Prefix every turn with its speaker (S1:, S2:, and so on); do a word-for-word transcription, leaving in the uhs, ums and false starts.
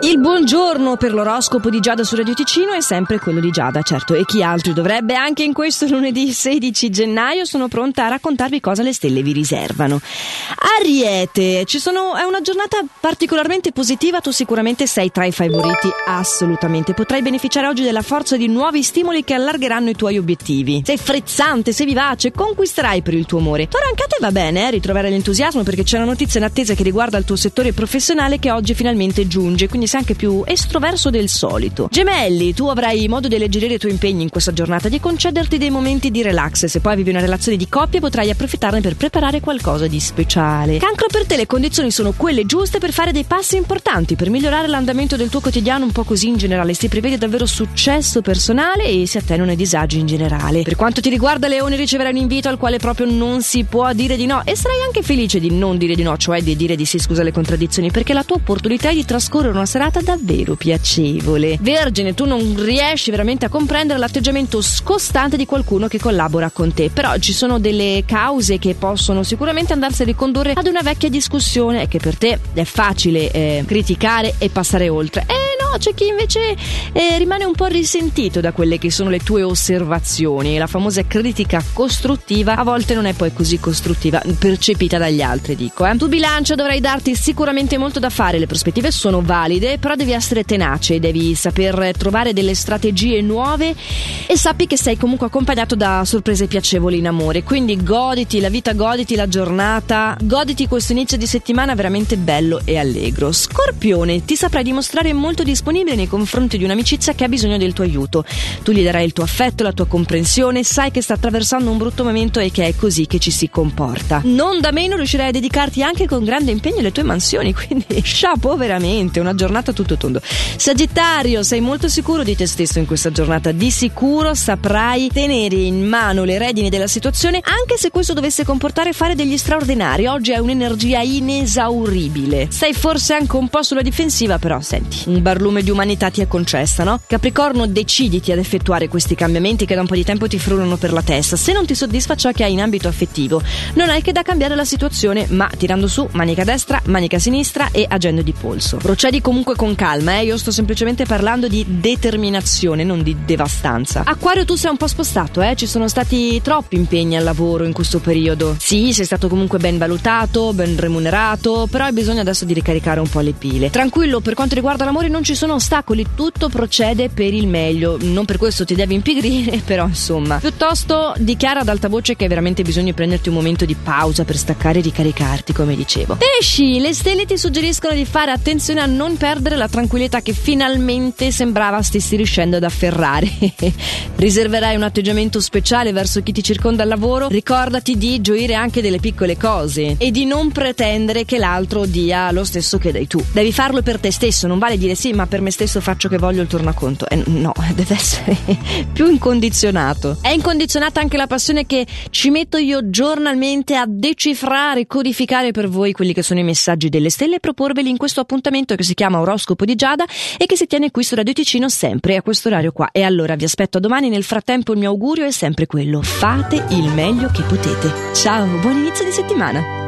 S1: Il buongiorno per l'oroscopo di Giada su Radio Ticino è sempre quello di Giada, certo, e chi altro dovrebbe. Anche in questo lunedì sedici gennaio sono pronta a raccontarvi cosa le stelle vi riservano. Ariete, ci sono, è una giornata particolarmente positiva, tu sicuramente sei tra i favoriti, assolutamente. Potrai beneficiare oggi della forza di nuovi stimoli che allargheranno i tuoi obiettivi. Sei frizzante, sei vivace, conquisterai per il tuo amore. Ora anche a te va bene eh, ritrovare l'entusiasmo, perché c'è una notizia in attesa che riguarda il tuo settore professionale che oggi finalmente giunge, quindi sei anche più estroverso del solito. Gemelli, tu avrai modo di alleggerire i tuoi impegni in questa giornata, di concederti dei momenti di relax. Se poi vivi una relazione di coppia potrai approfittarne per preparare qualcosa di speciale. Cancro, per te le condizioni sono quelle giuste per fare dei passi importanti, per migliorare l'andamento del tuo quotidiano, un po' così in generale. Si prevede davvero successo personale e si attenuano i disagi in generale. Per quanto ti riguarda, Leone, riceverai un invito al quale proprio non si può dire di no, e sarai anche felice di non dire di no, cioè di dire di sì, scusa le contraddizioni, perché la tua opportunità è di trascorrere una serata davvero piacevole. Vergine, tu non riesci veramente a comprendere l'atteggiamento scostante di qualcuno che collabora con te, però ci sono delle cause che possono sicuramente andarsi a ricondurre ad una vecchia discussione, e che per te è facile eh, criticare e passare oltre. Eh no, c'è chi invece eh, rimane un po' risentito da quelle che sono le tue osservazioni. La famosa critica costruttiva a volte non è poi così costruttiva percepita dagli altri, dico eh. Tu Bilancia, dovrai darti sicuramente molto da fare, le prospettive sono valide, però devi essere tenace, devi saper trovare delle strategie nuove, e sappi che sei comunque accompagnato da sorprese piacevoli in amore, quindi goditi la vita, goditi la giornata, goditi questo inizio di settimana veramente bello e allegro. Scorpione, ti saprai dimostrare molto disponibile nei confronti di un'amicizia che ha bisogno del tuo aiuto. Tu gli darai il tuo affetto, la tua comprensione, sai che sta attraversando un brutto momento e che è così che ci si comporta. Non da meno riuscirai a dedicarti anche con grande impegno alle tue mansioni, quindi chapeau, veramente una giornata tutto tondo. Sagittario, sei molto sicuro di te stesso in questa giornata, di sicuro saprai tenere in mano le redini della situazione, anche se questo dovesse comportare fare degli straordinari. Oggi hai un'energia inesauribile, sei forse anche un po' sulla difensiva, però senti, un barlume di umanità ti è concessa, no? Capricorno, deciditi ad effettuare questi cambiamenti che da un po' di tempo ti frullano per la testa. Se non ti soddisfa ciò che hai in ambito affettivo, non hai che da cambiare la situazione, ma tirando su manica destra, manica sinistra e agendo di polso. Procedi comunque con calma, eh? Io sto semplicemente parlando di determinazione, non di devastanza. Acquario, tu sei un po' spostato, eh? Ci sono stati troppi impegni al lavoro in questo periodo. Sì, sei stato comunque ben valutato, ben remunerato, però hai bisogno adesso di ricaricare un po' le pile. Tranquillo, per quanto riguarda l'amore non ci sono ostacoli, tutto procede per il meglio. Non per questo ti devi impigrire, però insomma, piuttosto dichiara ad alta voce che hai veramente bisogno di prenderti un momento di pausa per staccare e ricaricarti, come dicevo. Pesci, le stelle ti suggeriscono di fare attenzione a non perdere la tranquillità che finalmente sembrava stessi riuscendo ad afferrare. Riserverai un atteggiamento speciale verso chi ti circonda al lavoro. Ricordati di gioire anche delle piccole cose e di non pretendere che l'altro dia lo stesso che dai tu. Devi farlo per te stesso, non vale dire sì, ma per me stesso faccio che voglio il tornaconto. Eh, no, deve essere più incondizionato. È incondizionata anche la passione che ci metto io giornalmente a decifrare, codificare per voi quelli che sono i messaggi delle stelle e proporveli in questo appuntamento che si chiama Oroscopo di Giada e che si tiene qui su Radio Ticino sempre a questo orario qua. E allora vi aspetto domani. Nel frattempo il mio augurio è sempre quello: fate il meglio che potete. Ciao, buon inizio di settimana.